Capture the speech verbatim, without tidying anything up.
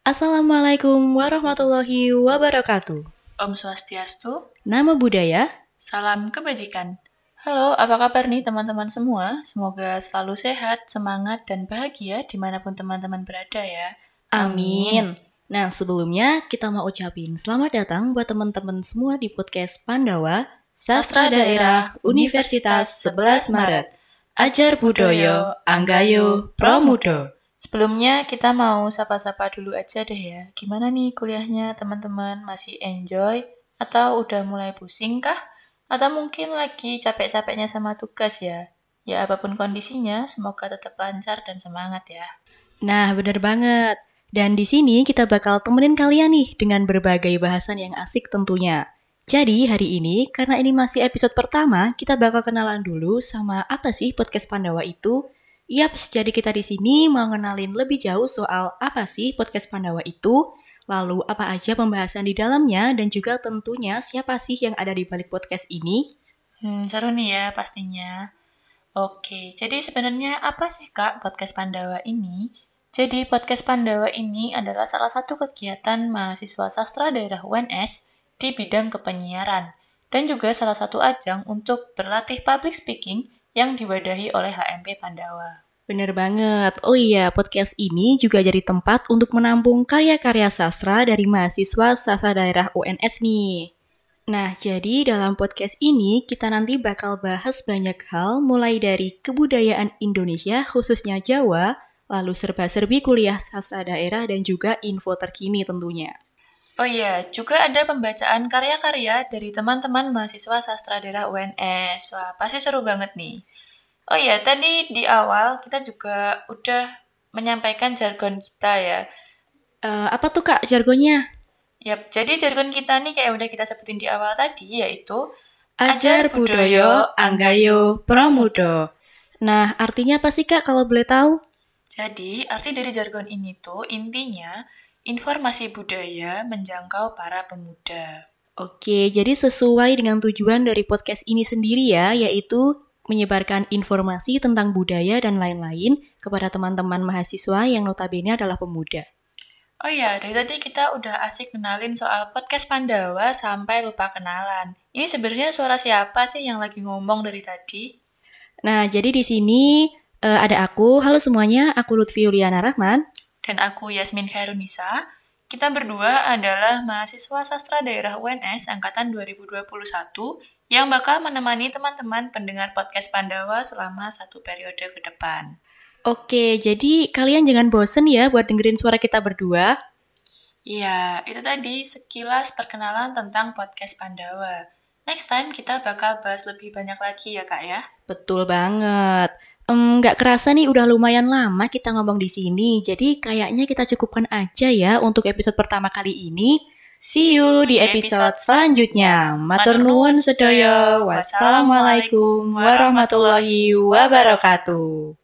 Assalamualaikum warahmatullahi wabarakatuh. Om Swastiastu, Nama budaya. salam kebajikan. Halo, apa kabar nih teman-teman semua? Semoga selalu sehat, semangat, dan bahagia dimanapun teman-teman berada ya. Amin. Nah, sebelumnya kita mau ucapin selamat datang buat teman-teman semua di podcast Pandawa, Sastra Daerah Universitas sebelas Maret. Ajar Budoyo, Anggayo, Promudo. Sebelumnya kita mau sapa-sapa dulu aja deh ya. Gimana nih kuliahnya teman-teman? Masih enjoy? Atau udah mulai pusing kah? Atau mungkin lagi capek-capeknya sama tugas ya? Ya apapun kondisinya, semoga tetap lancar dan semangat ya. Nah, bener banget. Dan di sini kita bakal temenin kalian nih dengan berbagai bahasan yang asik tentunya. Jadi hari ini, karena ini masih episode pertama, kita bakal kenalan dulu sama apa sih podcast Pandawa itu. Yaps, jadi kita di sini mau ngenalin lebih jauh soal apa sih podcast Pandawa itu, lalu apa aja pembahasan di dalamnya, dan juga tentunya siapa sih yang ada di balik podcast ini. Hmm, seru nih ya pastinya. Oke, jadi sebenarnya apa sih Kak podcast Pandawa ini? Jadi podcast Pandawa ini adalah salah satu kegiatan mahasiswa sastra daerah U N S di bidang kepenyiaran dan juga salah satu ajang untuk berlatih public speaking yang diwadahi oleh H M P Pandawa. Bener banget. Oh iya, podcast ini juga jadi tempat untuk menampung karya-karya sastra dari mahasiswa sastra daerah U N S nih. Nah, jadi dalam podcast ini kita nanti bakal bahas banyak hal mulai dari kebudayaan Indonesia khususnya Jawa, lalu serba-serbi kuliah sastra daerah dan juga info terkini tentunya. Oh iya, juga ada pembacaan karya-karya dari teman-teman mahasiswa sastra daerah U N S. Wah, pasti seru banget nih. Oh iya, tadi di awal kita juga udah menyampaikan jargon kita ya. Uh, apa tuh Kak jargonnya? Yap, jadi jargon kita nih kayak udah kita sebutin di awal tadi, yaitu Ajar Budoyo, Anggayo, Promudo. Nah, artinya apa sih Kak kalau boleh tahu? Jadi, arti dari jargon ini tuh intinya informasi budaya menjangkau para pemuda. Oke, jadi sesuai dengan tujuan dari podcast ini sendiri ya, yaitu menyebarkan informasi tentang budaya dan lain-lain kepada teman-teman mahasiswa yang notabene adalah pemuda. Oh iya, dari tadi kita udah asik kenalin soal podcast Pandawa sampai lupa kenalan. Ini sebenarnya suara siapa sih yang lagi ngomong dari tadi? Nah, jadi di sini uh, ada aku. Halo semuanya, aku Lutfi Yuliana Rahman. Dan aku Yasmin Khairunisa. Kita berdua adalah mahasiswa sastra daerah U N S angkatan dua ribu dua puluh satu yang bakal menemani teman-teman pendengar podcast Pandawa selama satu periode ke depan. Oke, jadi kalian jangan bosen ya buat dengerin suara kita berdua. Iya, itu tadi sekilas perkenalan tentang podcast Pandawa. Next time kita bakal bahas lebih banyak lagi ya Kak ya? Betul banget. Um, gak kerasa nih udah lumayan lama kita ngomong di sini, jadi kayaknya kita cukupkan aja ya untuk episode pertama kali ini. See you di episode selanjutnya. Matur nuwun sedaya. Wassalamualaikum warahmatullahi wabarakatuh.